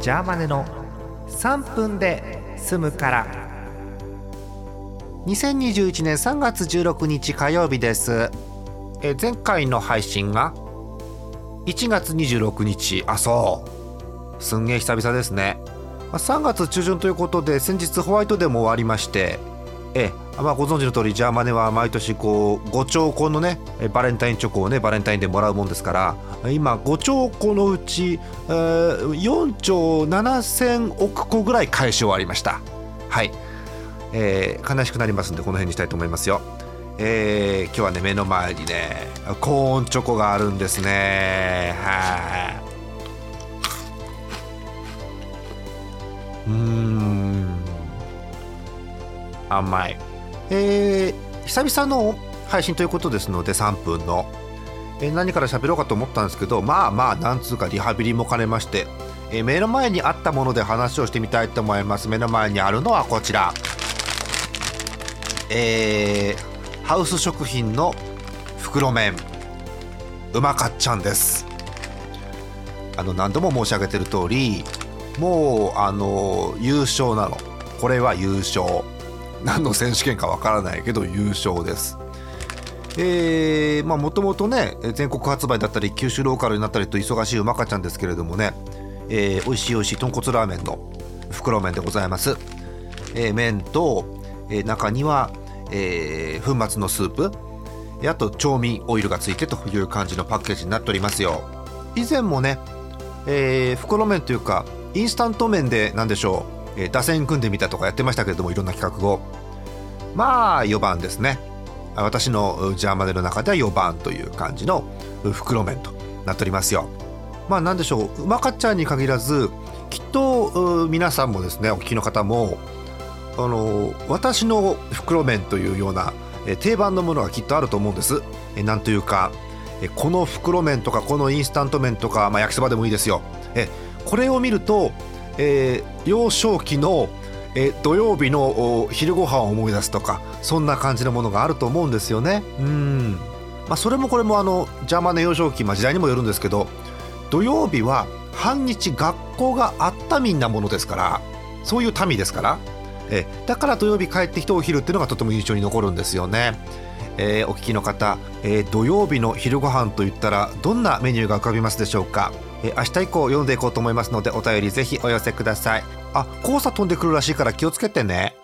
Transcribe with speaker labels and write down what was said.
Speaker 1: ジャーマネの3分で済むから。2021年3月16日火曜日です。前回の配信が1月26日。そうすんげえ久々ですね。3月中旬ということで、先日ホワイトデーも終わりまして、ご存知の通りジャーマネは毎年5兆個のねバレンタインチョコをねバレンタインでもらうもんですから、今5兆個のうち4兆7000億個ぐらい返し終わりました。はい、悲しくなりますんでこの辺にしたいと思いますよ。今日はね目の前にねコーンチョコがあるんですね。甘い。久々の配信ということですので3分の、何から喋ろうかと思ったんですけど、なんつうかリハビリも兼ねまして、目の前にあったもので話をしてみたいと思います。目の前にあるのはこちら、ハウス食品の袋麺うまかっちゃんです。何度も申し上げてる通り、もう優勝なの。これは優勝、何の選手権かわからないけど優勝です。もともとね全国発売だったり九州ローカルになったりと忙しいうまかちゃんですけれどもね、美味しい豚骨ラーメンの袋麺でございます。麺と、中には、粉末のスープ、あと調味オイルがついてという感じのパッケージになっておりますよ。以前もね、袋麺というかインスタント麺で何でしょう、打線組んでみたとかやってましたけれども、いろんな企画を4番ですね。私のジャーマネの中では4番という感じの袋麺となっておりますよ。何でしょう、うまかっちゃんに限らずきっと皆さんもですね、お聞きの方も私の袋麺というような定番のものがきっとあると思うんです。なんというかこの袋麺とかこのインスタント麺とか、焼きそばでもいいですよ。これを見ると、幼少期の土曜日の昼ご飯を思い出すとか、そんな感じのものがあると思うんですよね。それもこれもジャーマネ幼少期、時代にもよるんですけど、土曜日は半日学校があったみんなものですから、そういう民ですから、だから土曜日帰ってきてお昼っていうのがとても印象に残るんですよね。お聞きの方、土曜日の昼ご飯といったらどんなメニューが浮かびますでしょうか。明日以降読んでいこうと思いますので、お便りぜひお寄せください。黄砂飛んでくるらしいから気をつけてね。